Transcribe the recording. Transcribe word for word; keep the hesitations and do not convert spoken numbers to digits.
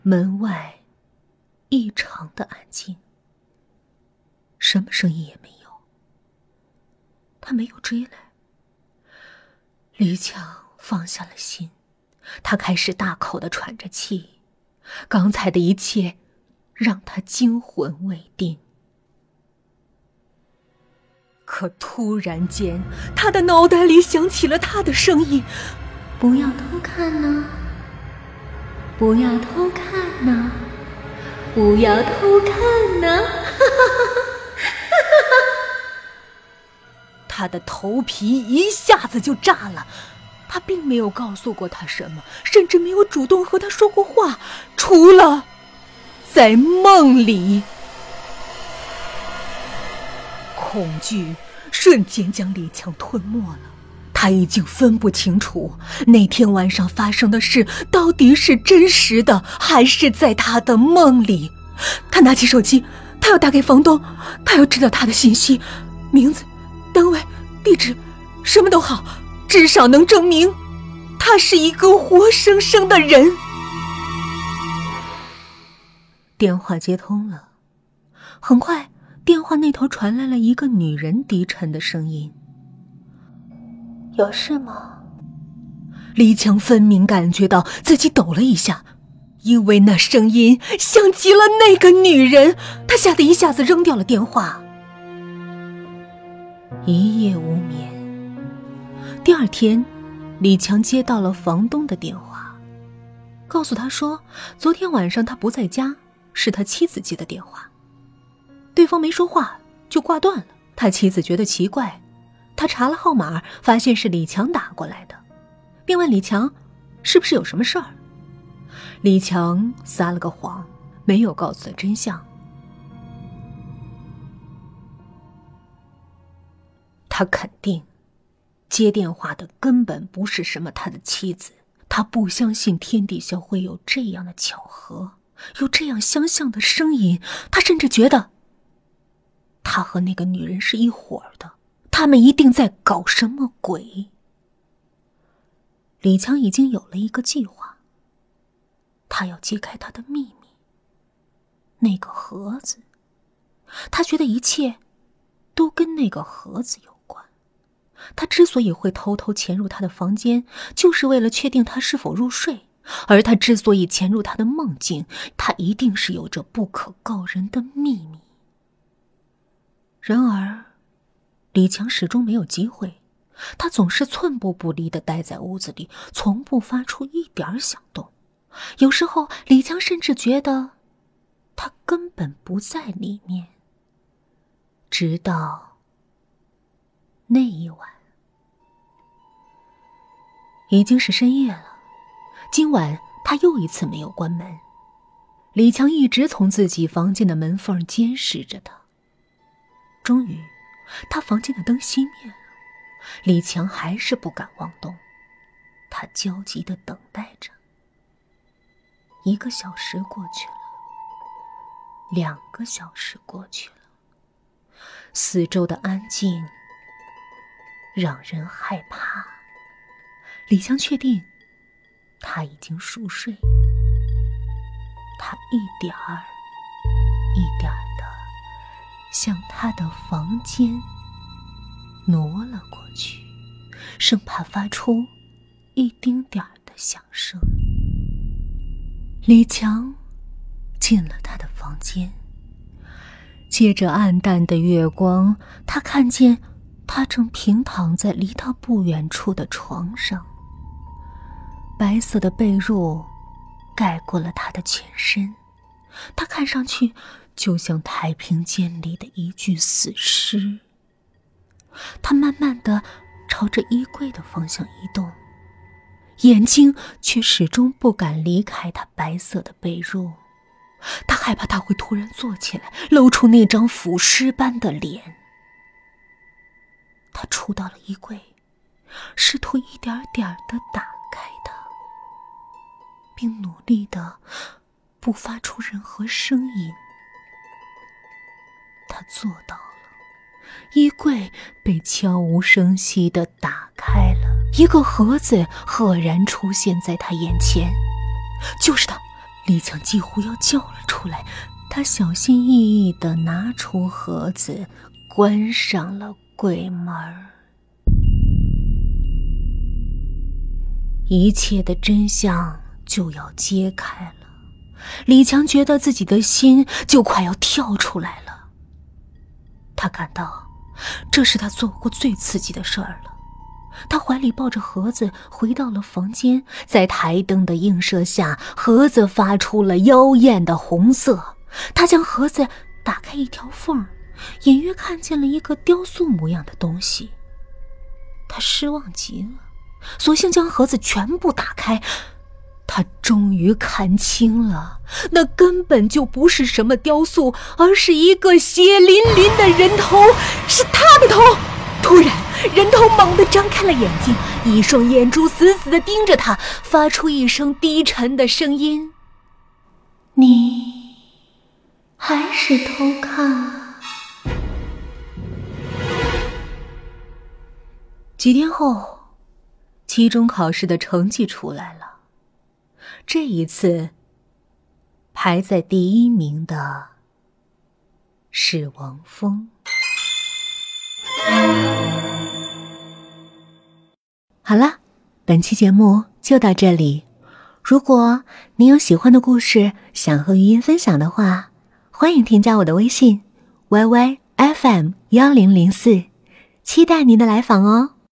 门外异常的安静，什么声音也没有。他没有追来。李强放下了心，他开始大口地喘着气，刚才的一切让他惊魂未定。可突然间，他的脑袋里响起了他的声音：不要偷看呢，不要偷看呢，不要偷看呢。他的头皮一下子就炸了。他并没有告诉过他什么，甚至没有主动和他说过话，除了在梦里。恐惧瞬间将李强吞没了，他已经分不清楚那天晚上发生的事到底是真实的，还是在他的梦里。他拿起手机，他要打给房东，他要知道他的信息，名字、单位、地址，什么都好，至少能证明他是一个活生生的人。电话接通了，很快电话那头传来了一个女人低沉的声音：有事吗？李强分明感觉到自己抖了一下，因为那声音像极了那个女人。他吓得一下子扔掉了电话。一夜无眠。第二天，李强接到了房东的电话，告诉他说昨天晚上他不在家，是他妻子接的电话。对方没说话就挂断了。他妻子觉得奇怪，他查了号码，发现是李强打过来的，并问李强是不是有什么事儿。李强撒了个谎，没有告诉他真相。他肯定接电话的根本不是什么他的妻子，他不相信天底下会有这样的巧合，有这样相像的声音。他甚至觉得他和那个女人是一伙儿的，他们一定在搞什么鬼。李强已经有了一个计划，他要揭开他的秘密，那个盒子。他觉得一切都跟那个盒子有关。他之所以会偷偷潜入他的房间，就是为了确定他是否入睡，而他之所以潜入他的梦境，他一定是有着不可告人的秘密。然而李强始终没有机会，他总是寸步不离地待在屋子里，从不发出一点响动。有时候李强甚至觉得他根本不在里面。直到那一晚，已经是深夜了，今晚他又一次没有关门。李强一直从自己房间的门缝监视着他。终于他房间的灯熄灭了，李强还是不敢妄动，他焦急地等待着。一个小时过去了，两个小时过去了，四周的安静让人害怕。李强确定他已经熟睡，他一点儿一点儿地向他的房间挪了过去，生怕发出一丁点儿的响声。李强进了他的房间，借着暗淡的月光，他看见他正平躺在离他不远处的床上，白色的被褥盖过了他的全身，他看上去就像太平间里的一具死尸。他慢慢地朝着衣柜的方向移动，眼睛却始终不敢离开他白色的被褥。他害怕他会突然坐起来，露出那张腐尸般的脸。他触到了衣柜，试图一点点地打开它，并努力地不发出任何声音。他做到了，衣柜被悄无声息地打开了，一个盒子赫然出现在他眼前。就是他， 李强几乎要叫了出来，他小心翼翼地拿出盒子，关上了柜门。一切的真相就要揭开了，李强觉得自己的心就快要跳出来了。他感到这是他做过最刺激的事儿了。他怀里抱着盒子回到了房间，在台灯的映射下，盒子发出了妖艳的红色。他将盒子打开一条缝，隐约看见了一个雕塑模样的东西。他失望极了，索性将盒子全部打开。他终于看清了，那根本就不是什么雕塑，而是一个血淋淋的人头，是他的头。突然，人头猛地张开了眼睛，一双眼珠死死地盯着他，发出一声低沉的声音：你还是偷看啊。几天后，期中考试的成绩出来了。这一次，排在第一名的是王峰。好了，本期节目就到这里。如果你有喜欢的故事想和语音分享的话，欢迎添加我的微信 Y Y F M 一零零四，期待您的来访哦。